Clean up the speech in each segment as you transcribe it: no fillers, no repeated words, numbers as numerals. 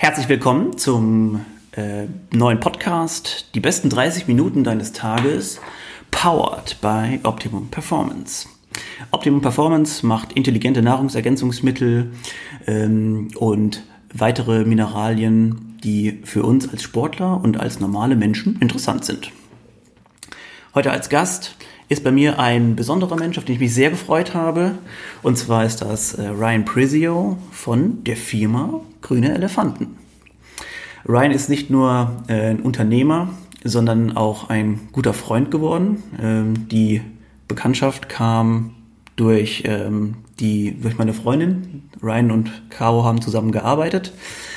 Herzlich willkommen zum neuen Podcast, die besten 30 Minuten deines Tages, powered by Optimum Performance. Optimum Performance macht intelligente Nahrungsergänzungsmittel und weitere Mineralien, die für uns als Sportler und als normale Menschen interessant sind. Heute als Gast ist bei mir ein besonderer Mensch, auf den ich mich sehr gefreut habe. Und zwar ist das Ryan Prizio von der Firma Grüne Elefanten. Ryan ist nicht nur ein Unternehmer, sondern auch ein guter Freund geworden. Die Bekanntschaft kam durch meine Freundin. Ryan und Caro haben zusammen gearbeitet.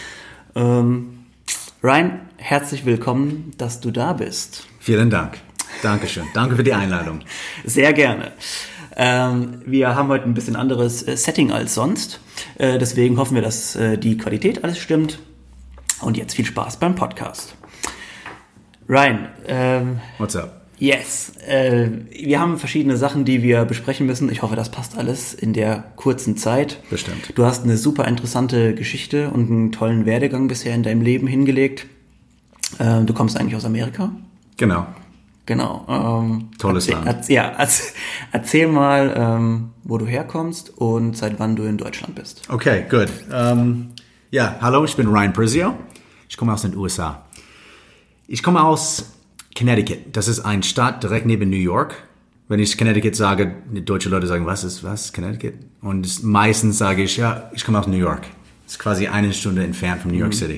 Ryan, herzlich willkommen, dass du da bist. Vielen Dank. Dankeschön. Danke für die Einladung. Sehr gerne. Wir haben heute ein bisschen anderes Setting als sonst. Deswegen hoffen wir, dass die Qualität alles stimmt. Und jetzt viel Spaß beim Podcast. Ryan. What's up? Yes. Wir haben verschiedene Sachen, die wir besprechen müssen. Ich hoffe, das passt alles in der kurzen Zeit. Bestimmt. Du hast eine super interessante Geschichte und einen tollen Werdegang bisher in deinem Leben hingelegt. Du kommst eigentlich aus Amerika? Genau. Tolles Land. Erzähl mal, wo du herkommst und seit wann du in Deutschland bist. Okay, good. Hallo, ich bin Ryan Prizio. Ich komme aus den USA. Ich komme aus Connecticut. Das ist eine Stadt direkt neben New York. Wenn ich Connecticut sage, deutsche Leute sagen, was, Connecticut? Und meistens sage ich, ja, ich komme aus New York. Das ist quasi eine Stunde entfernt von New York City.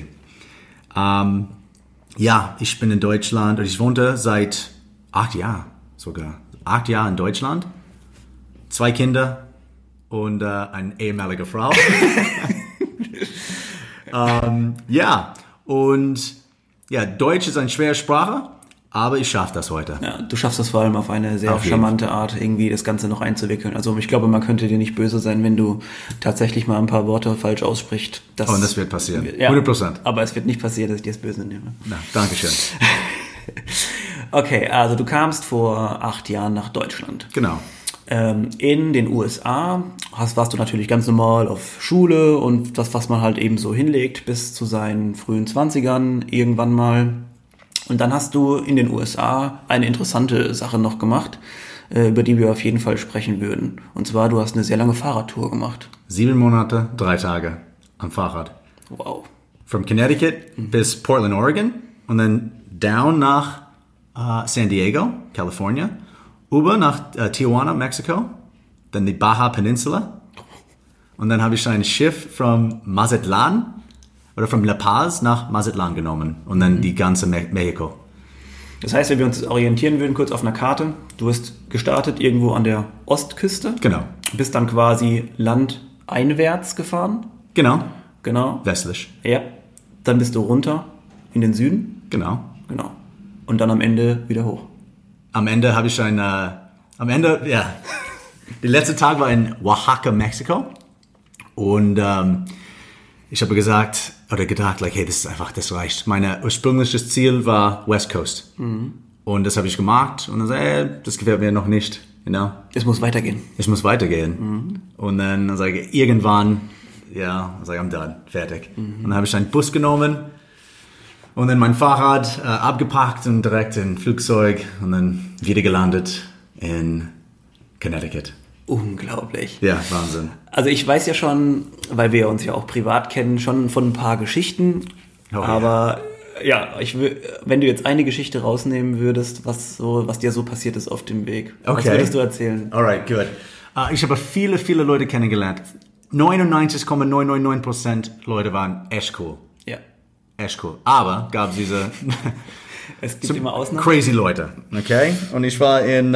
Ich bin in Deutschland und ich wohnte seit 8 Jahren sogar. 8 Jahre in Deutschland. 2 Kinder und eine ehemalige Frau. Deutsch ist eine schwere Sprache, aber ich schaffe das heute. Ja, du schaffst das vor allem auf eine sehr charmante Art, irgendwie das Ganze noch einzuwickeln. Also ich glaube, man könnte dir nicht böse sein, wenn du tatsächlich mal ein paar Worte falsch aussprichst. Und das wird passieren, ja, 100%. Aber es wird nicht passieren, dass ich dir das böse nehme. Na, Dankeschön. Okay, also du kamst vor 8 Jahren nach Deutschland. Genau. In den USA warst du natürlich ganz normal auf Schule und das, was man halt eben so hinlegt, bis zu seinen frühen 20ern irgendwann mal. Und dann hast du in den USA eine interessante Sache noch gemacht, über die wir auf jeden Fall sprechen würden. Und zwar, du hast eine sehr lange Fahrradtour gemacht. 7 Monate, 3 Tage am Fahrrad. Wow. From Connecticut bis Portland, Oregon und dann down nach San Diego, California. Über nach Tijuana, Mexiko, dann die Baja Peninsula und dann habe ich ein Schiff von Mazatlan oder von La Paz nach Mazatlan genommen und dann die ganze Mexiko. Das heißt, wenn wir uns orientieren würden, kurz auf einer Karte, du bist gestartet irgendwo an der Ostküste. Genau. Bist dann quasi landeinwärts gefahren. Genau. Westlich. Ja. Dann bist du runter in den Süden. Genau. Und dann am Ende wieder hoch. Am Ende habe ich der letzte Tag war in Oaxaca, Mexiko. Und ich habe gedacht, hey, das reicht. Mein ursprüngliches Ziel war West Coast. Und das habe ich gemacht. Und dann sage ich, das gefällt mir noch nicht. Es muss weitergehen. Und dann sage ich, irgendwann, I'm done, fertig. Und dann habe ich einen Bus genommen. Und dann mein Fahrrad abgepackt und direkt in ein Flugzeug und dann wieder gelandet in Connecticut. Unglaublich. Ja, Wahnsinn. Also ich weiß ja schon, weil wir uns ja auch privat kennen, schon von ein paar Geschichten. Aber wenn du jetzt eine Geschichte rausnehmen würdest, was dir so passiert ist auf dem Weg, was würdest du erzählen? Alright, good. Ich habe viele, viele Leute kennengelernt. 99,999% Leute waren echt cool. Echt cool. Aber gab diese es gibt immer Ausnahmen. Crazy Leute, okay? Und ich war in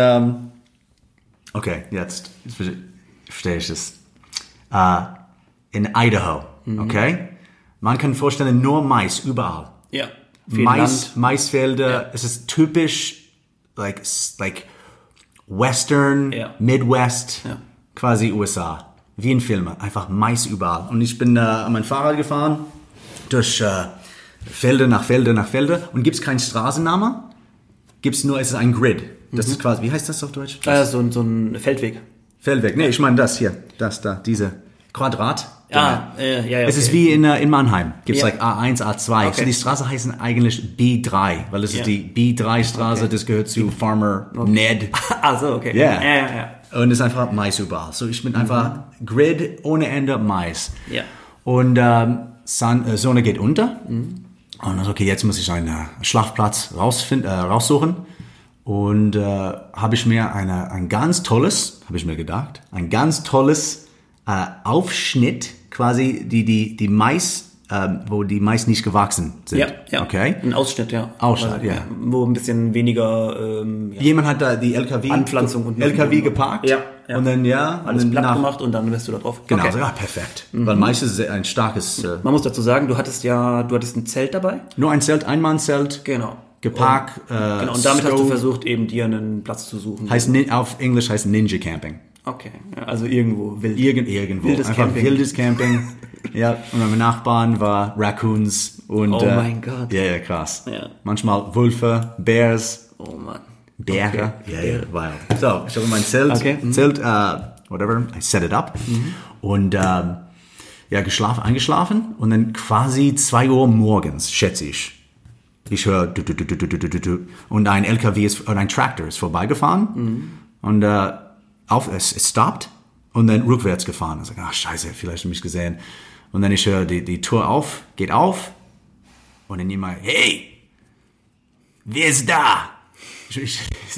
jetzt verstehe ich das. In Idaho, okay? Man kann vorstellen, nur Mais überall. Ja. Maisfelder, es ist typisch like Western, Midwest, quasi USA. Wie in Filmen, einfach Mais überall. Und ich bin an mein Fahrrad gefahren durch Felder nach Felder nach Felder und gibt es keinen Straßennamen, es ist ein Grid. Das ist quasi, wie heißt das auf Deutsch? So ein Feldweg. Nee, ich meine das hier, da, diese Quadrat. Ja. Es ist wie in Mannheim. Gibt es Ja. like A1, A2. Okay. So die Straße heißen eigentlich B3, weil es ist die B3-Straße, das gehört zu Farmer Ned. Also, okay. Ja. Ja. Und es ist einfach Mais überall. So ich bin einfach Grid ohne Ende Mais. Ja. Und Sonne geht unter. Und dann okay, jetzt muss ich einen Schlafplatz raussuchen. Und habe ich mir ein ganz tolles, habe ich mir gedacht, ein ganz tolles Aufschnitt, quasi die Mais, wo die Mais nicht gewachsen sind. Ja. Okay? Ein Ausschnitt, ja. Ausschnitt, ja. Wo ein bisschen weniger Jemand hat da die Anpflanzung und LKW geparkt. Ja. Und dann, alles und dann platt gemacht und dann bist du da drauf. Genau, Okay. so, perfekt. Weil Mais ist ein starkes, Man muss dazu sagen, du hattest ein Zelt dabei. nur ein Zelt, Einmannzelt, Genau. geparkt. Genau, und damit hast du Stove. versucht, eben dir einen Platz zu suchen. Auf Englisch heißt Ninja Camping. Okay, ja, also irgendwo wild. Irgendwo. Wildes Einfach Camping. wildes Camping. Ja, und meine Nachbarn war Raccoons und... Oh mein Gott. Ja, krass. Ja. Manchmal Wölfe, Bears, Oh Mann. Bären. Okay. Ja, wild. So, ich habe mein Zelt, Okay. whatever, I set it up. Und eingeschlafen und dann quasi 2 Uhr morgens, schätze ich. Ich höre du, und ein LKW oder ein Traktor ist vorbeigefahren und es stoppt und dann rückwärts gefahren. Ich sage, scheiße, vielleicht hat er mich gesehen. Und dann ich höre die Tür geht auf und dann jemand, hey, wer ist da? Ich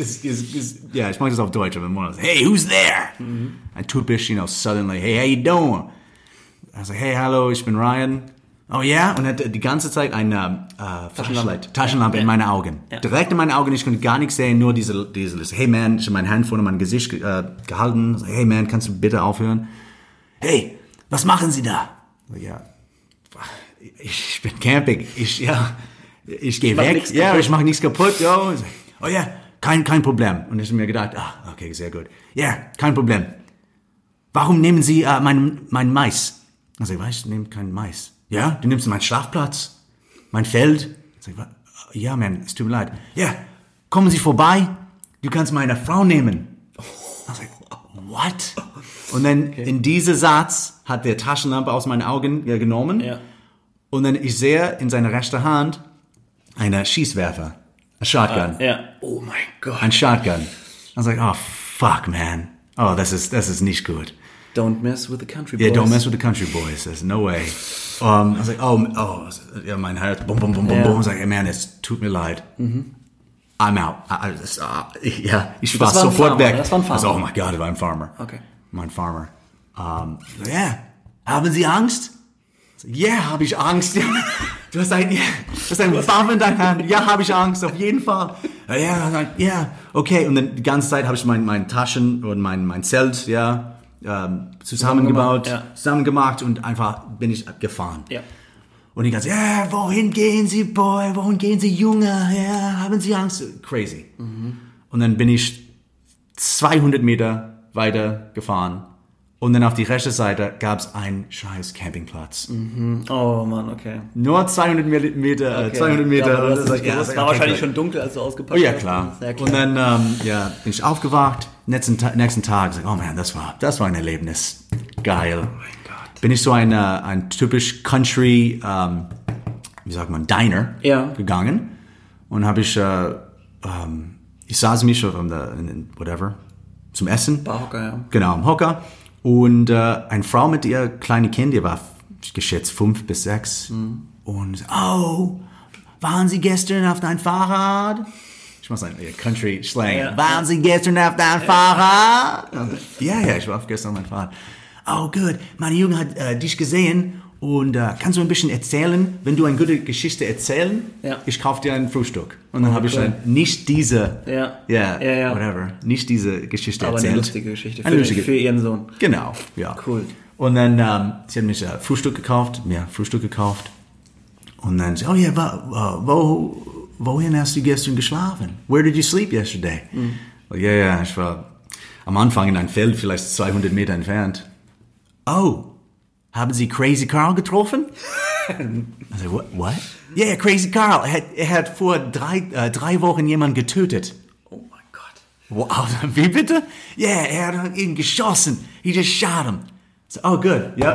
mag das auf Deutsch, aber immer hey, who's there? Ein typisch, suddenly, hey, how you doing? I sage, hey, hallo, ich bin Ryan. Oh ja? Und er hat die ganze Zeit eine Taschenlampe in meine Augen. Ja. Direkt in meine Augen, ich konnte gar nichts sehen, nur diese hey man, ich habe meine Hand vor mein Gesicht gehalten. So, hey man, kannst du bitte aufhören? Hey, was machen Sie da? So, ja, ich bin camping. Ich gehe weg. Ja, ich mache nichts kaputt. Jo. So, oh ja, kein Problem. Und ich habe mir gedacht, okay, sehr gut. Ja, kein Problem. Warum nehmen Sie mein Mais? Also ich nehme keinen Mais. Ja, du nimmst meinen Schlafplatz, mein Feld. Ja, man, es tut mir leid. Ja, kommen Sie vorbei, du kannst meine Frau nehmen. What? Und dann in diesem Satz hat der Taschenlampe aus meinen Augen genommen. Ja. Und dann ich sehe in seiner rechten Hand einen Schießwerfer, ein Shotgun. Ja. Oh mein Gott. Ein Shotgun. I was like, oh, fuck, man. Oh, das ist nicht gut. Don't mess with the country boys. Yeah, don't mess with the country boys. There's no way. I was like, ja, mein Herz, bum, bum, bum, bum, bum. I was like, hey, man, es tut mir leid. I'm out. Ich war sofort weg. Das war ein Farmer. Also, oh my God, das war ein Farmer. Okay. Mein Farmer. Haben Sie Angst? Ja, habe ich Angst. Du hast ein Waffe in deiner Hand. Ja, habe ich Angst, auf jeden Fall. Ja, okay. Und dann die ganze Zeit habe ich meine Taschen und mein Zelt, zusammengebaut, zusammengemacht und einfach bin ich gefahren. Ja. Und die ganze, wohin gehen Sie, Boy? Wohin gehen Sie, Junge? Ja, haben Sie Angst? Crazy. Und dann bin ich 200 Meter weiter gefahren. Und dann auf die rechte Seite gab es einen scheiß Campingplatz. Oh Mann, okay. Nur 200 Meter. 200 Meter. Ja, und das war wahrscheinlich schon dunkel, als du ausgepackt Oh ja, hast. klar. Sehr klar. Und dann bin ich aufgewacht. Nächsten Tag, oh man, das war ein Erlebnis. Geil. Oh mein Gott. Bin ich so ein typisch Country, wie sagt man, Diner gegangen. Und habe ich saß mich zum Essen. Barhocker, ja. Genau, am Hocker. Und eine Frau mit ihr kleine Kind, die war geschätzt 5 bis 6. Und waren Sie gestern auf dein Fahrrad? Ich muss sagen, Country Slang. Ja. Waren Sie gestern auf dein Fahrrad? Ja, ich war gestern auf meinem Fahrrad. Oh, gut. Meine Junge hat dich gesehen. Und kannst du ein bisschen erzählen, wenn du eine gute Geschichte erzählen? Ja. Ich kaufe dir ein Frühstück. Und dann habe ich dann nicht diese, nicht diese Geschichte Aber erzählt. eine lustige Geschichte für ihren Sohn. Genau, ja. Cool. Und dann, sie hat mich Frühstück gekauft. Und dann, wohin hast du gestern geschlafen? Where did you sleep yesterday? Ja, ich war am Anfang in einem Feld, vielleicht 200 Meter entfernt. Oh, haben Sie Crazy Carl getroffen? Also, what? Yeah, Crazy Carl. Er hat vor 3 Wochen jemanden getötet. Oh mein Gott. Wow, wie bitte? Yeah, er hat ihn geschossen. He just shot him. So, oh, good. Yep.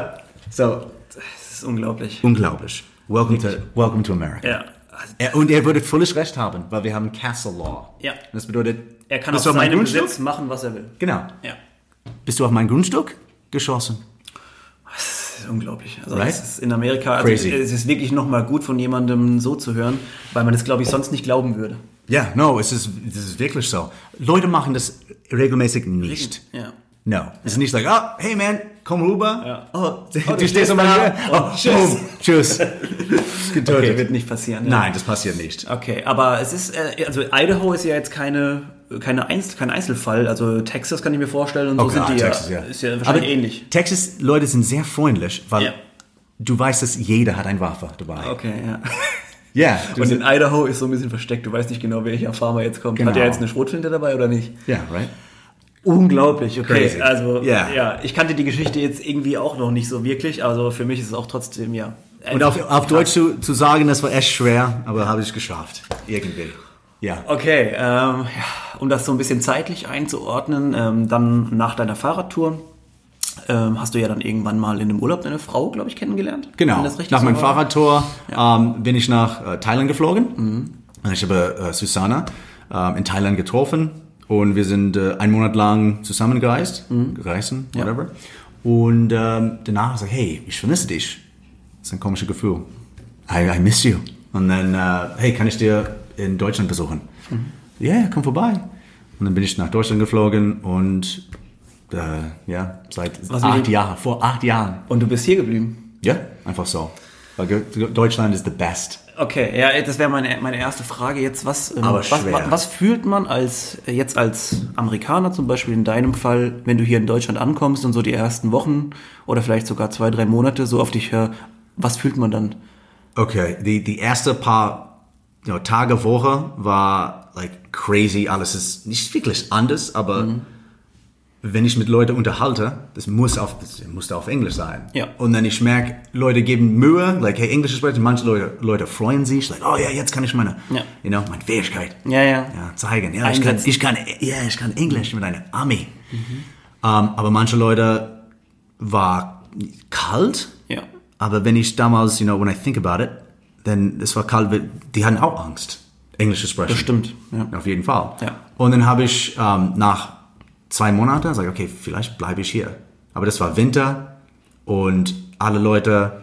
So, Das ist unglaublich. unglaublich. Welcome to America. Ja. Und er würde völlig recht haben, weil wir haben Castle Law. Ja. Das bedeutet, Er kann bist auf du auf meinem seinem Grundstück? Gesetz machen, was er will. Genau. Ja. Bist du auf mein Grundstück geschossen? Das ist unglaublich. Also Right? das ist in Amerika, also Crazy. es ist wirklich nochmal gut von jemandem so zu hören, weil man das, glaube ich, sonst nicht glauben würde. Ja, no, es ist wirklich so. Leute machen das regelmäßig nicht. Ja. No. Es ist nicht like, oh, hey man, komm rüber. Ja. Oh, du stehst auf da. meinem Oh, tschüss. boom, tschüss. Getötet. Okay, wird nicht passieren. Ja. Nein, das passiert nicht. Okay, aber es ist, also Idaho ist ja jetzt kein Einzelfall. Also Texas kann ich mir vorstellen und so sind die Texas, ja. Ist ja wahrscheinlich Aber ähnlich. Texas-Leute sind sehr freundlich, weil Ja. du weißt, dass jeder hat eine Waffe dabei. Okay, ja. Ja, du Und in Idaho ist so ein bisschen versteckt. Du weißt nicht genau, welcher Farmer jetzt kommt. Genau. Hat er jetzt eine Schrotflinte dabei oder nicht? ja, right? Unglaublich, okay. Crazy. Also, Ja. ja, ich kannte die Geschichte jetzt irgendwie auch noch nicht so wirklich. Also für mich ist es auch trotzdem, ja. Und auf Deutsch zu sagen, das war echt schwer, aber habe ich geschafft. Irgendwie. Ja. Okay, ja, um das so ein bisschen zeitlich einzuordnen, dann nach deiner Fahrradtour hast du ja dann irgendwann mal in einem Urlaub deine Frau, glaube ich, kennengelernt. Genau. Wenn das richtig Nach so meinem war? Fahrradtour bin ich nach Thailand geflogen. Und ich habe Susanna in Thailand getroffen und wir sind einen Monat lang zusammengereist, whatever. Und danach sage ich, hey, ich vermisse dich. Das ist ein komisches Gefühl. I miss you. Und dann, hey, kann ich dir in Deutschland besuchen? Ja, komm vorbei. Und dann bin ich nach Deutschland geflogen und seit vor 8 Jahren. Und du bist hier geblieben? Ja, einfach so. Weil Deutschland ist the best. Okay, ja, das wäre meine erste Frage jetzt. Aber schwer. Was fühlt man als Amerikaner zum Beispiel in deinem Fall, wenn du hier in Deutschland ankommst und so die ersten Wochen oder vielleicht sogar 2, 3 Monate so auf dich hör, was fühlt man dann? Okay, die erste paar Tage, Woche war like crazy. Alles ist nicht wirklich anders, aber wenn ich mit Leuten unterhalte, das musste auf Englisch sein. Ja. Und dann ich merke, Leute geben Mühe, like, hey, Englisch sprechen, manche Leute freuen sich, like, oh ja, jetzt kann ich meine Fähigkeit Ja. zeigen. Ja, Einsetzen. ich kann Englisch mit einer Ami. Aber manche Leute war kalt. Ja. Aber wenn ich damals, when I think about it, dann es war kalt, die hatten auch Angst, Englisch zu sprechen. Das stimmt, ja. Auf jeden Fall. Ja. Und dann habe ich nach 2 Monaten gesagt, okay, vielleicht bleibe ich hier. Aber das war Winter und alle Leute,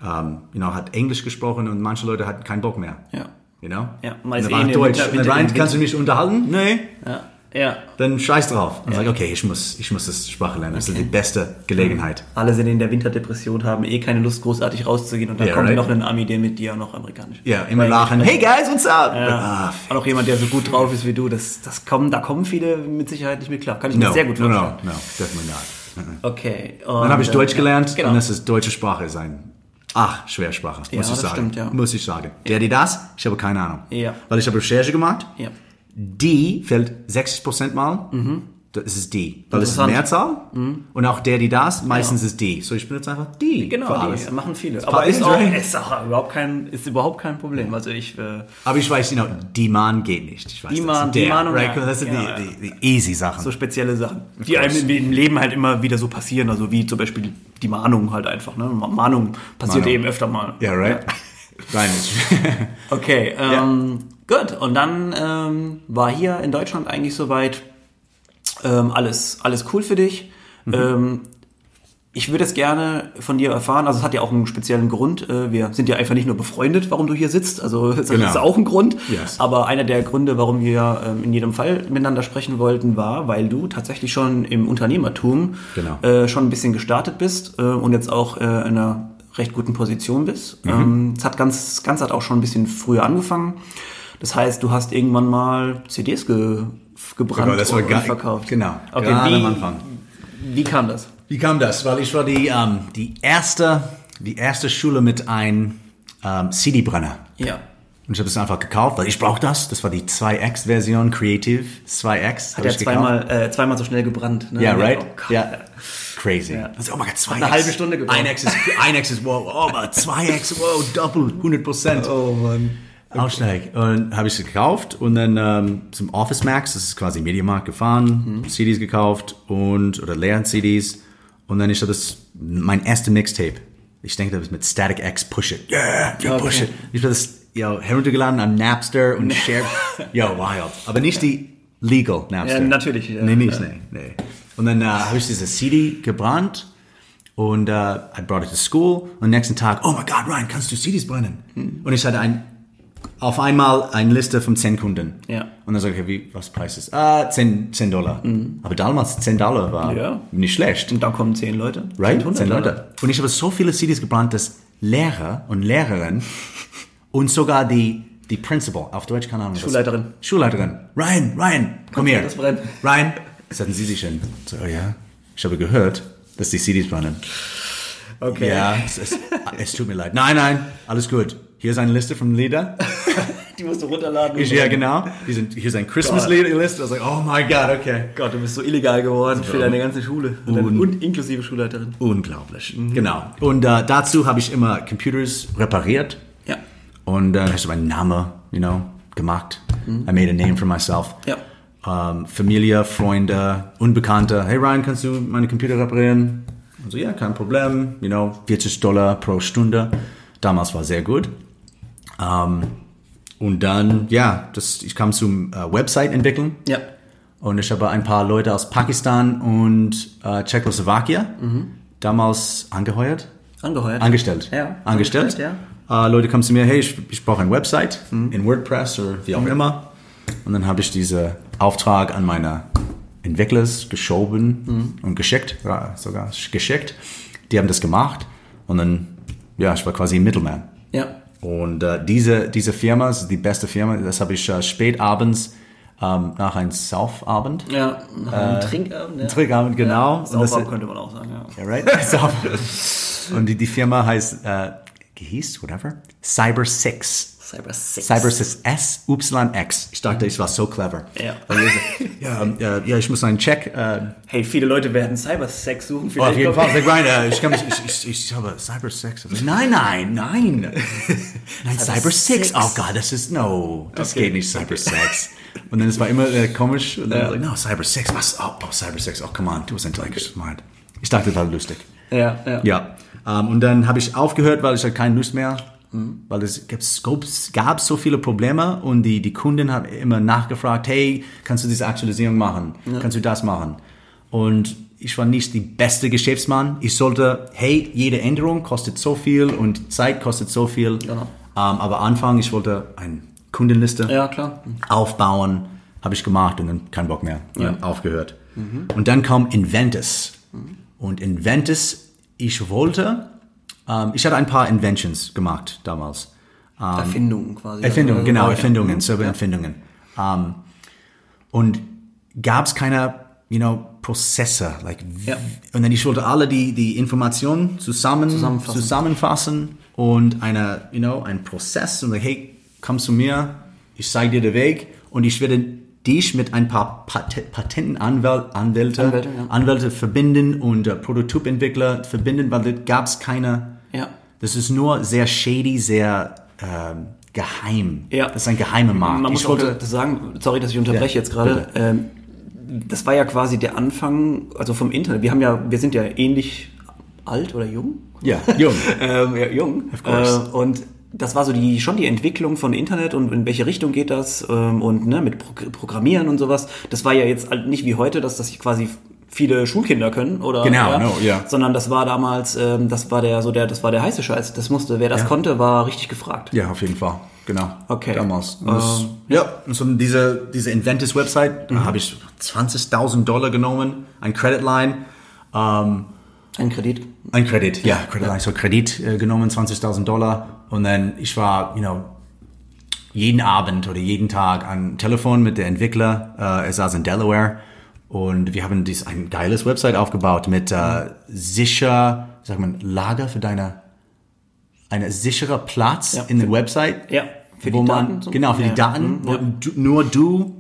hat Englisch gesprochen und manche Leute hatten keinen Bock mehr. Ja. Ja, meist war Deutsch. Kannst du mich unterhalten? Nee. Ja. Dann scheiß drauf. Und sag, okay, ich muss das Sprache lernen. Das ist die beste Gelegenheit. Alle sind in der Winterdepression, haben keine Lust, großartig rauszugehen und dann kommt right. noch ein Ami, der mit dir noch amerikanisch. Ja, immer lachen. Hey guys, what's up? Ja. Und auch jemand, der so gut drauf ist wie du, da kommen viele mit Sicherheit nicht mit klar. Kann ich mir sehr gut vorstellen. No, definitely not. Okay. Dann habe ich Deutsch gelernt genau. und das ist deutsche Sprache Schwersprache, muss ich das sagen. stimmt, ja. Muss ich sagen. Das? Ich habe keine Ahnung. Ja. Weil ich habe Recherche gemacht. Ja. Die fällt 60% mal. Das ist die. Weil es ist Interessant. Mehrzahl. Und auch das, meistens ist die. So, ich benutze einfach die. Genau, für alles. die machen viele. Das Aber ist right. überhaupt kein Problem. Also Aber ich weiß, die Mann geht nicht. Ich weiß, Die Mann und right? ja. Das sind Ja. die easy Sachen. so spezielle Sachen, die einem im Leben halt immer wieder so passieren. Also wie zum Beispiel die Mahnung halt einfach. Ne? Mahnung passiert eben öfter mal. Ja, right? Nein, Okay, gut. Und dann war hier in Deutschland eigentlich soweit alles cool für dich. Ich würde es gerne von dir erfahren, also es hat ja auch einen speziellen Grund. Wir sind ja einfach nicht nur befreundet, warum du hier sitzt, also das ist auch ein Grund. Yes. Aber einer der Gründe, warum wir in jedem Fall miteinander sprechen wollten, war, weil du tatsächlich schon im Unternehmertum schon ein bisschen gestartet bist und jetzt auch in einer recht guten Position bist. Es hat ganz hat auch schon ein bisschen früher angefangen. Das heißt, du hast irgendwann mal CDs gebrannt das war und verkauft. Genau, Okay, gerade am Anfang. Wie kam das? Wie kam das? Weil ich war die erste Schule mit einem CD-Brenner. Ja. Und ich habe es einfach gekauft, weil ich brauche das. Das war die 2X-Version, Creative 2X. Hat er zweimal so schnell gebrannt. Ne? Ja, right? Oh Gott. Ja. Crazy. Ja. Also, oh mein Gott, 2X. Eine halbe Stunde gebraucht. 1X ist wow. Oh, aber 2X, wow, double, 100%. Oh Mann. Aussteig. Und habe ich sie gekauft und dann zum Office Max, das ist quasi Mediamarkt, gefahren, CDs gekauft oder leeren CDs. Und dann ist das mein erster Mixtape Ich denke, das ist mit Static X, Push It. Yeah, Push Okay. It. Ich habe das heruntergeladen am Napster und Share. Wild. Aber nicht die legal Napster. Ja, natürlich. Ja. Nee. Und dann habe ich diese CD gebrannt und I brought it to school. Und am nächsten Tag, oh my God, Ryan, kannst du CDs brennen? Und ich hatte auf einmal eine Liste von 10 Kunden. Ja. Und dann sage ich, okay, was Preis ist? $10. Aber damals $10 war nicht schlecht. Und da kommen 10 Leute. Right? 100 10 Leute. Und ich habe so viele CDs gebrannt, dass Lehrer und Lehrerinnen und sogar die Principal, auf Deutsch keine Ahnung. Schulleiterin. Ryan, komm her. Das brennt. Ryan, setzen Sie sich hin. So, ja, ich habe gehört, dass die CDs brennen. Okay. Ja, es tut mir leid. Nein, alles gut. Hier ist eine Liste von Lieder. Die musst du runterladen. Ja, genau. Hier ist ein Christmas-Lieder-Liste. Also, oh my God, okay. Gott, du bist so illegal geworden für deine ganze Schule. Und inklusive Schulleiterin. Unglaublich. Genau. Und dazu habe ich immer Computers repariert. Ja. Und ich habe einen Namen, gemacht. I made a name for myself. Ja. Familie, Freunde, Unbekannte. Hey Ryan, kannst du meine Computer reparieren? Also ja, kein Problem. $40 pro Stunde. Damals war sehr gut. Und dann, ich kam zum Website entwickeln. Ja. Und ich habe ein paar Leute aus Pakistan und Tschechoslowakien damals angestellt. Ja. Angestellt. Ja. Leute kommen zu mir, hey, ich brauche eine Website in WordPress oder wie auch immer. Und dann habe ich diesen Auftrag an meine Entwickler geschoben und geschickt. Die haben das gemacht. Und dann, ich war quasi ein Middleman. Ja. Und diese Firma ist die beste Firma. Das habe ich spät abends nach einem Saufabend. Ja, nach einem Trinkabend. Ja. Ein Trinkabend, genau. Ja, Saufabend könnte man auch sagen, ja. Ja, right? Und die Firma heißt, Cyber 6. Cyber 6, SYX. Ich dachte, ich war so clever. Ja. Ich muss einen Check. Hey, viele Leute werden Cybersex suchen. Auf jeden Fall. Ich habe Cyber 6. Nein. Nein, Cyber 6. Oh Gott, das geht nicht, Cyber 6. Und dann es war immer komisch. Und dann no, Cyber 6. Was? Oh, Cyber 6. Oh, come on, du bist intelligent smart. Ich dachte, das war lustig. Ja. Und dann habe ich aufgehört, weil ich hatte keine Lust mehr. Weil es gab so viele Probleme und die Kunden haben immer nachgefragt, hey, kannst du diese Aktualisierung machen? Ja. Kannst du das machen? Und ich war nicht der beste Geschäftsmann. Ich sollte, hey, jede Änderung kostet so viel und Zeit kostet so viel. Ja. Aber Anfang, ich wollte eine Kundenliste aufbauen, habe ich gemacht und dann kein Bock mehr. Aufgehört. Und dann kam Inventus. Und Inventus, ich hatte ein paar Inventions gemacht damals. Erfindungen quasi. Erfindungen, genau, Erfindungen, Servererfindungen. Und gab es keine, Prozesse. Und dann ich wollte alle die Informationen zusammenfassen und ein Prozess und hey, komm zu mir, ich zeige dir den Weg und ich werde dich mit ein paar Patentanwälte verbinden und Prototypentwickler verbinden, weil da gab es keine. Ja. Das ist nur sehr shady, sehr geheim. Ja. Das ist ein geheimer Markt. Man muss das sagen, sorry, dass ich unterbreche jetzt gerade. Das war ja quasi der Anfang, also vom Internet. Wir sind ja ähnlich alt oder jung. Ja, jung. Jung. Of course. Und das war so schon die Entwicklung von Internet und in welche Richtung geht das und mit Programmieren und sowas. Das war ja jetzt nicht wie heute, dass das quasi viele Schulkinder können oder sondern das war damals, das war der heiße Scheiß. Wer das konnte, war richtig gefragt. Ja, auf jeden Fall. Genau. Okay. Damals. Und so diese Inventus Website, da habe ich $20.000 genommen, ein Credit Line. Ein Kredit? Ein Kredit, ja. Credit Line, so Kredit genommen, $20.000. Und dann, ich war, jeden Abend oder jeden Tag am Telefon mit der Entwickler. Er saß in Delaware. Und wir haben ein geiles Website aufgebaut mit Lager für eine sichere Platz in der Website. Ja, für die Daten. Genau, für die Daten. Nur du,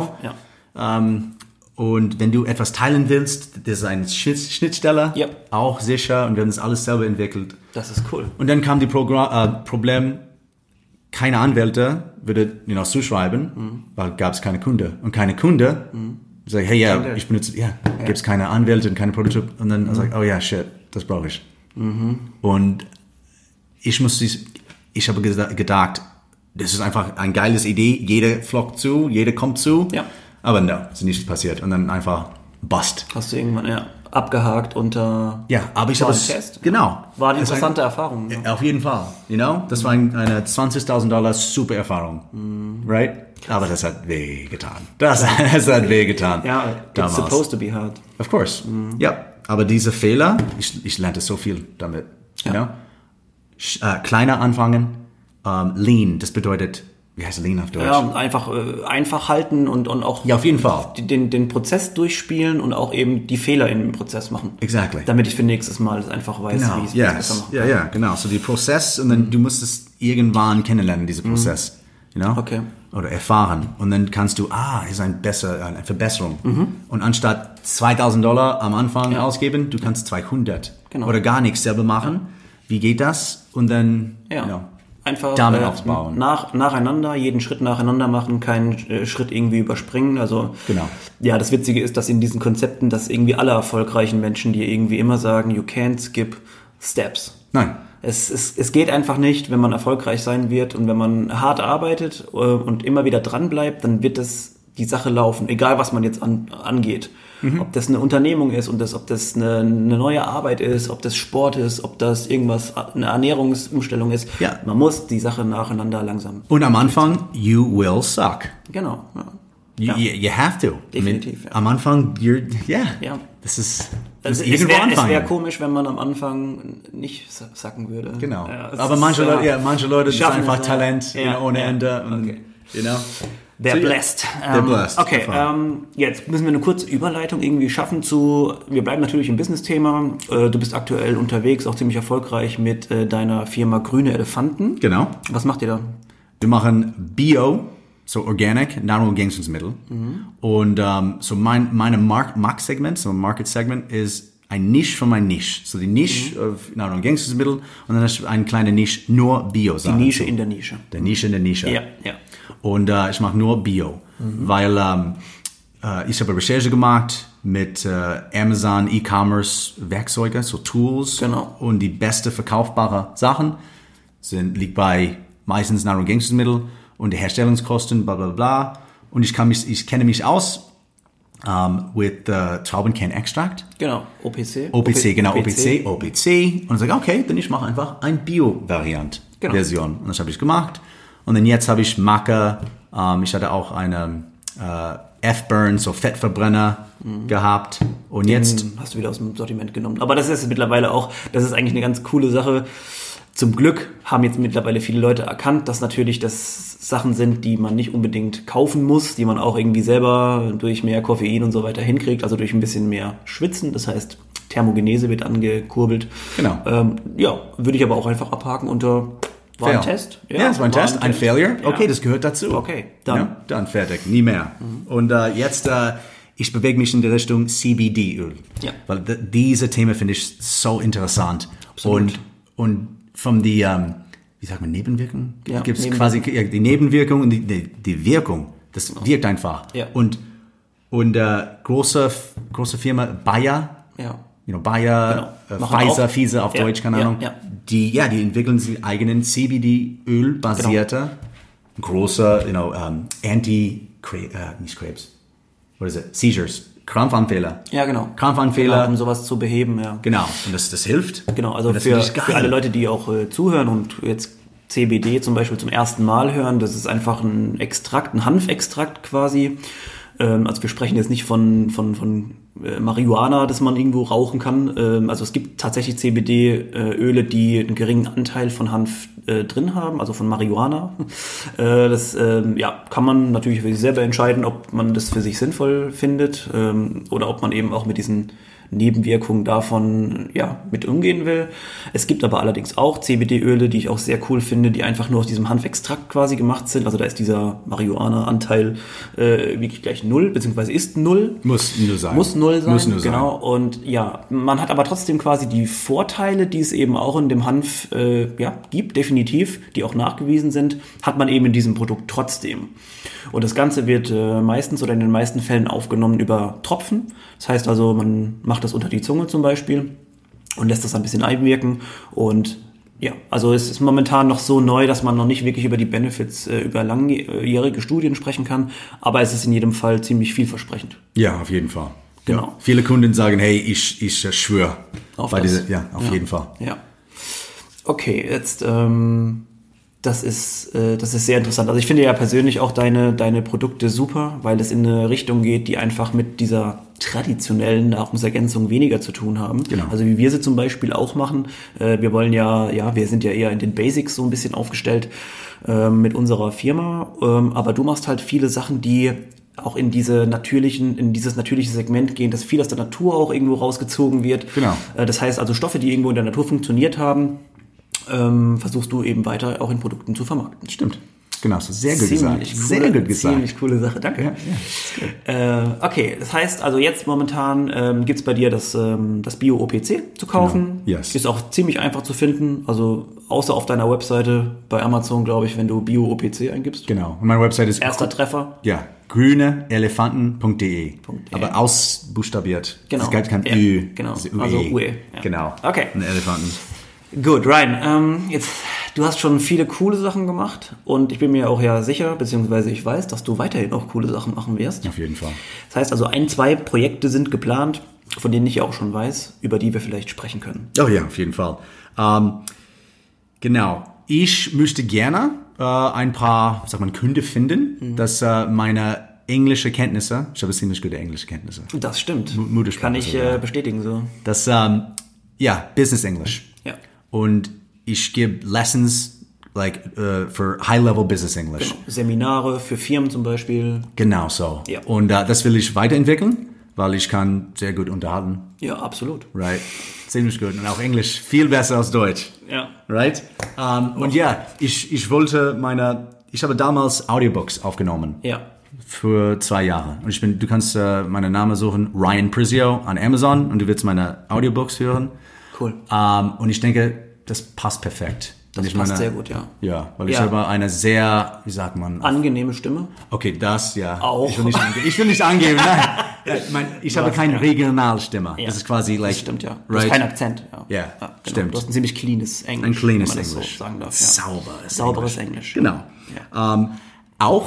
und wenn du etwas teilen willst, das ist eine Schnittstelle, auch sicher. Und wir haben das alles selber entwickelt. Das ist cool. Und dann kam die Problem, keine Anwälte würde zuschreiben, weil gab es keine Kunde. Und keine Kunde sage, hey, ich benutze, gibt es keine Anwälte und keine Prototyp. Und dann sage ich, oh ja, shit, das brauche ich. Und ich habe gedacht, das ist einfach eine geile Idee, jeder flockt zu, jeder kommt zu, aber no, ist nicht passiert und dann einfach bust. Hast du irgendwann, abgehakt unter aber ich habe es, Test? genau. War eine interessante Erfahrung. Ne? Auf jeden Fall, das war eine $20.000 super Erfahrung, right? Aber das hat wehgetan. Das hat wehgetan. Ja, it's supposed to be hard. Of course, aber diese Fehler, ich lernte so viel damit, kleiner anfangen, Lean, das bedeutet, wie heißt Lean auf Deutsch? Ja, einfach halten und auch auf jeden Fall. Den Prozess durchspielen und auch eben die Fehler im Prozess machen. Exactly. Damit ich für nächstes Mal einfach weiß, wie ich es besser mache. Ja, genau. So die Prozess und dann du musst es irgendwann kennenlernen, diesen Prozess. Okay. Oder erfahren. Und dann kannst du, ist eine Verbesserung. Und anstatt $2.000 am Anfang ausgeben, du kannst 200. Genau. Oder gar nichts selber machen. Wie geht das? Und dann, einfach damit aufbauen. Nacheinander, jeden Schritt nacheinander machen, keinen Schritt irgendwie überspringen. Also ja, das Witzige ist, dass in diesen Konzepten, dass irgendwie alle erfolgreichen Menschen, die irgendwie immer sagen, you can't skip steps. Nein. Es geht einfach nicht, wenn man erfolgreich sein wird und wenn man hart arbeitet und immer wieder dran bleibt, dann wird die Sache laufen, egal was man jetzt angeht. Ob das eine Unternehmung ist und ob das eine neue Arbeit ist, ob das Sport ist, ob das irgendwas, eine Ernährungsumstellung ist. Ja. Man muss die Sache nacheinander langsam. Und am Anfang, you will suck. Genau. Ja. You have to. Definitiv. Am Anfang, das ist irgendwo anfangen. Es wäre komisch, wenn man am Anfang nicht sacken würde. Genau. Ja, aber manche Leute das ist einfach Talent ohne Ende. Und, okay. They're blessed. Blessed. Okay, jetzt müssen wir eine kurze Überleitung irgendwie schaffen wir bleiben natürlich im Business-Thema. Du bist aktuell unterwegs, auch ziemlich erfolgreich mit deiner Firma Grüne Elefanten. Genau. Was macht ihr da? Wir machen Bio, so Organic, Nahrungsergänzungsmittel. Und so meine Marktsegment, so Market Segment ist ein Nische von meinem Nische. So die Nische auf Nahrungsergänzungsmittel und dann ist eine kleine Nische nur Bio. Die Nische in der Nische. Der Nische in der Nische. Ja. Und ich mache nur Bio, weil ich habe Recherche gemacht mit Amazon E-Commerce Werkzeuge, so Tools. Genau. Und die beste verkaufbare Sachen liegt bei meistens Nahrungsergänzungsmittel und die Herstellungskosten, bla bla bla. Und ich kenne mich aus mit Traubenkernextrakt. Genau, OPC. OPC. Und sage, okay, dann ich mache einfach eine Bio-Version. Und das habe ich gemacht. Und dann jetzt habe ich Maca, ich hatte auch eine F-Burn, so Fettverbrenner gehabt. Und jetzt hast du wieder aus dem Sortiment genommen. Aber das ist mittlerweile auch, das ist eigentlich eine ganz coole Sache. Zum Glück haben jetzt mittlerweile viele Leute erkannt, dass natürlich das Sachen sind, die man nicht unbedingt kaufen muss, die man auch irgendwie selber durch mehr Koffein und so weiter hinkriegt, also durch ein bisschen mehr Schwitzen. Das heißt, Thermogenese wird angekurbelt. Genau. Würde ich aber auch einfach abhaken unter... War ein Test? Ja, es war ein Test, ein Failure. Okay, das gehört dazu. Okay, dann. Ja, dann fertig, nie mehr. Und jetzt, ich bewege mich in die Richtung CBD-Öl. Ja. Weil diese Themen finde ich so interessant. Absolut. Und von die, wie sagt man, Nebenwirkungen? Ja, gibt es quasi die Nebenwirkung und die Wirkung. Das wirkt einfach. Ja. Und große Firma Bayer. Ja. Bayer, genau. Pfizer auf Deutsch, keine Ahnung. Ja. Die entwickeln sie eigenen CBD-Öl-basierte, große, nicht Krebs, Seizures, Krampfanfälle. Ja, genau. Krampfanfälle. Genau, um sowas zu beheben, ja. Genau, und das hilft. Genau, also für alle Leute, die auch zuhören und jetzt CBD zum Beispiel zum ersten Mal hören, das ist einfach ein Extrakt, ein Hanfextrakt quasi. Also wir sprechen jetzt nicht von Marihuana, das man irgendwo rauchen kann. Also es gibt tatsächlich CBD-Öle, die einen geringen Anteil von Hanf drin haben, also von Marihuana. Das kann man natürlich für sich selber entscheiden, ob man das für sich sinnvoll findet oder ob man eben auch mit diesen Nebenwirkungen davon mit umgehen will. Es gibt aber allerdings auch CBD-Öle, die ich auch sehr cool finde, die einfach nur aus diesem Hanfextrakt quasi gemacht sind. Also da ist dieser Marihuana-Anteil wirklich gleich 0, beziehungsweise ist 0. Muss 0 sein. Muss 0 sein, muss 0 genau. sein. Und man hat aber trotzdem quasi die Vorteile, die es eben auch in dem Hanf gibt, definitiv, die auch nachgewiesen sind, hat man eben in diesem Produkt trotzdem. Und das Ganze wird meistens oder in den meisten Fällen aufgenommen über Tropfen. Das heißt also, man macht das unter die Zunge zum Beispiel und lässt das ein bisschen einwirken und Ja, also es ist momentan noch so neu, dass man noch nicht wirklich über die Benefits über langjährige Studien sprechen kann, aber es ist in jedem Fall ziemlich vielversprechend. Ja, auf jeden Fall. Genau. Ja. Viele Kunden sagen, hey, ich schwöre. Auf bei das. Auf jeden Fall. Ja. Okay, jetzt das ist sehr interessant. Also ich finde ja persönlich auch deine Produkte super, weil es in eine Richtung geht, die einfach mit dieser traditionellen Nahrungsergänzung weniger zu tun haben. Genau. Also wie wir sie zum Beispiel auch machen. Wir wollen wir sind ja eher in den Basics so ein bisschen aufgestellt mit unserer Firma. Aber du machst halt viele Sachen, die auch in dieses natürliche Segment gehen, dass viel aus der Natur auch irgendwo rausgezogen wird. Genau. Das heißt also Stoffe, die irgendwo in der Natur funktioniert haben, versuchst du eben weiter auch in Produkten zu vermarkten. Stimmt. Genau, so sehr gut gesagt. Sehr gut gesagt. Ziemlich coole Sache, danke. Ja, okay, das heißt also jetzt momentan gibt's bei dir das Bio-OPC zu kaufen. Genau. Yes. Ist auch ziemlich einfach zu finden, also außer auf deiner Webseite bei Amazon, glaube ich, wenn du Bio-OPC eingibst. Genau. Und meine Webseite ist... Erster Treffer. Ja, grüneelefanten.de. Aber ausbuchstabiert. Genau. Es gibt kein Ü. Genau. Also UE. Ja. Genau. Okay. Ein Elefanten. Gut, Ryan, du hast schon viele coole Sachen gemacht und ich bin mir auch sicher, beziehungsweise ich weiß, dass du weiterhin auch coole Sachen machen wirst. Auf jeden Fall. Das heißt also 2 Projekte sind geplant, von denen ich ja auch schon weiß, über die wir vielleicht sprechen können. Oh ja, auf jeden Fall. Genau. Ich möchte gerne ein paar, Kunden finden, dass meine englische Kenntnisse, ich habe ziemlich gute englische Kenntnisse. Das stimmt. Muttersprache Kann ich sogar. bestätigen so. Das, Business English. Ja. Und ich gebe Lessons for High-Level Business English. Genau. Seminare für Firmen zum Beispiel. Genau so. Ja. Und das will ich weiterentwickeln, weil ich kann sehr gut unterhalten. Ja, absolut. Right? Ziemlich gut. Und auch Englisch viel besser als Deutsch. Ja. Right? Und ja, ich habe damals Audiobooks aufgenommen. Ja. Für 2 Jahre. Und du kannst meinen Namen suchen, Ryan Prizio an Amazon und du wirst meine Audiobooks hören. Cool. Und ich denke, das passt perfekt. Das passt sehr gut, ja. Ja, weil ich habe eine sehr, wie sagt man? Angenehme Stimme. Okay, das, ja. Auch. Ich will nicht angeben, nein. Ich habe keine Regionalstimme. Ja. Das ist quasi Das stimmt, ja. Du right? hast keinen Akzent. Ja, genau. stimmt. Du hast ein ziemlich cleanes Englisch. Ein cleanes wenn man das Englisch. So sagen darf, ja. Sauberes Englisch. Genau. Ja. Auch,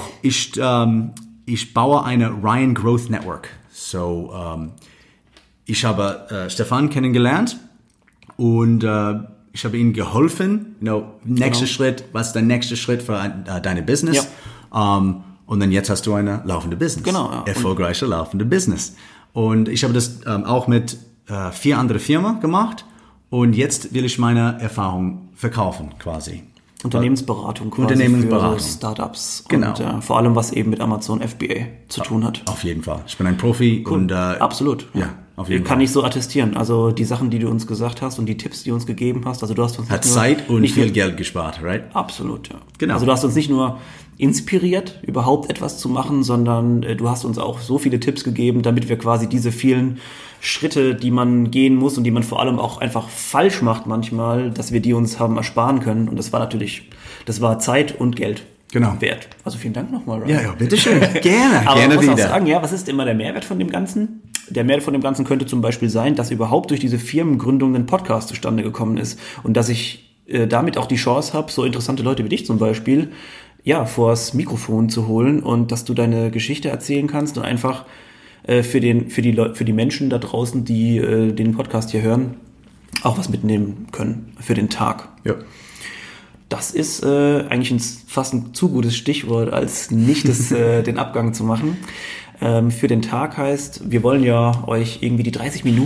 ich baue eine Ryan Growth Network. So, ich habe Stefan kennengelernt und ich habe ihnen geholfen. Nächster Schritt, was ist der nächste Schritt für deine Business? Ja. Und dann jetzt hast du eine laufende Business. Genau. Ja. Erfolgreiche laufende Business. Und ich habe das auch mit 4 anderen Firmen gemacht. Und jetzt will ich meine Erfahrung verkaufen, quasi. Unternehmensberatung quasi Unternehmensberatung. für so Startups. Genau. Und vor allem, was eben mit Amazon FBA zu tun hat. Auf jeden Fall. Ich bin ein Profi. Cool. Und absolut. Ja, auf jeden Fall. Kann ich so attestieren. Also die Sachen, die du uns gesagt hast und die Tipps, die du uns gegeben hast, also du hast uns Hat Zeit und viel Geld gespart, right? Absolut, ja. Genau. Also du hast uns nicht nur inspiriert, überhaupt etwas zu machen, sondern du hast uns auch so viele Tipps gegeben, damit wir quasi diese vielen Schritte, die man gehen muss und die man vor allem auch einfach falsch macht manchmal, dass wir die uns haben ersparen können. Und das war Zeit und Geld wert. Also vielen Dank nochmal, Ryan. Ja, bitteschön. Gerne. Aber gerne man muss wieder. auch sagen, was ist immer der Mehrwert von dem Ganzen? Der Mehrwert von dem Ganzen könnte zum Beispiel sein, dass überhaupt durch diese Firmengründung ein Podcast zustande gekommen ist und dass ich damit auch die Chance habe, so interessante Leute wie dich zum Beispiel, vors Mikrofon zu holen und dass du deine Geschichte erzählen kannst und einfach für die Menschen da draußen, die den Podcast hier hören, auch was mitnehmen können für den Tag. Ja. Das ist eigentlich fast ein zu gutes Stichwort, als nicht den Abgang zu machen. Für den Tag heißt, wir wollen ja euch irgendwie die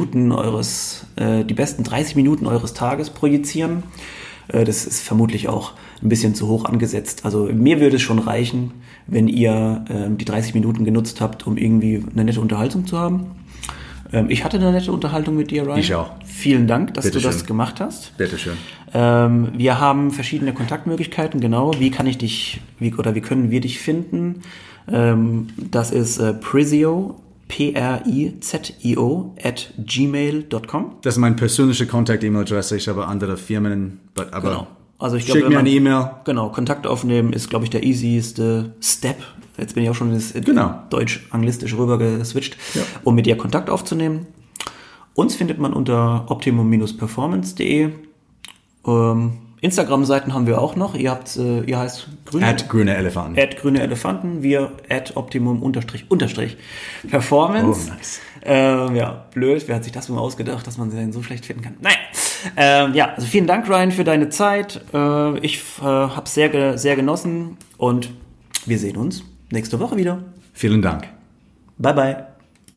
besten 30 Minuten eures Tages projizieren. Das ist vermutlich auch ein bisschen zu hoch angesetzt. Also mir würde es schon reichen, wenn ihr die 30 Minuten genutzt habt, um irgendwie eine nette Unterhaltung zu haben. Ich hatte eine nette Unterhaltung mit dir, Ryan. Ich auch. Vielen Dank, dass Bitteschön. du das gemacht hast. Bitteschön. Wir haben verschiedene Kontaktmöglichkeiten, genau. Wie können wir dich finden? Das ist Prizio, Prizio @gmail.com. Das ist meine persönliche Kontakt-E-Mail-Adresse. Ich habe andere Firmen, aber Genau. Also ich schick glaube, mir eine E-Mail. Genau, Kontakt aufnehmen ist, glaube ich, der easieste Step. Jetzt bin ich auch schon ins Deutsch-Anglistisch rüber geswitcht, um mit dir Kontakt aufzunehmen. Uns findet man unter optimum-performance.de. Instagram-Seiten haben wir auch noch. Ihr heißt Grüne Elefanten. @grüne Elefanten. Wir @optimum_performance. Oh, nice. Ja, blöd. Wer hat sich das mal ausgedacht, dass man sie denn so schlecht finden kann? Naja. Ja, also vielen Dank, Ryan, für deine Zeit. Ich habe es sehr genossen und wir sehen uns nächste Woche wieder. Vielen Dank. Bye, bye.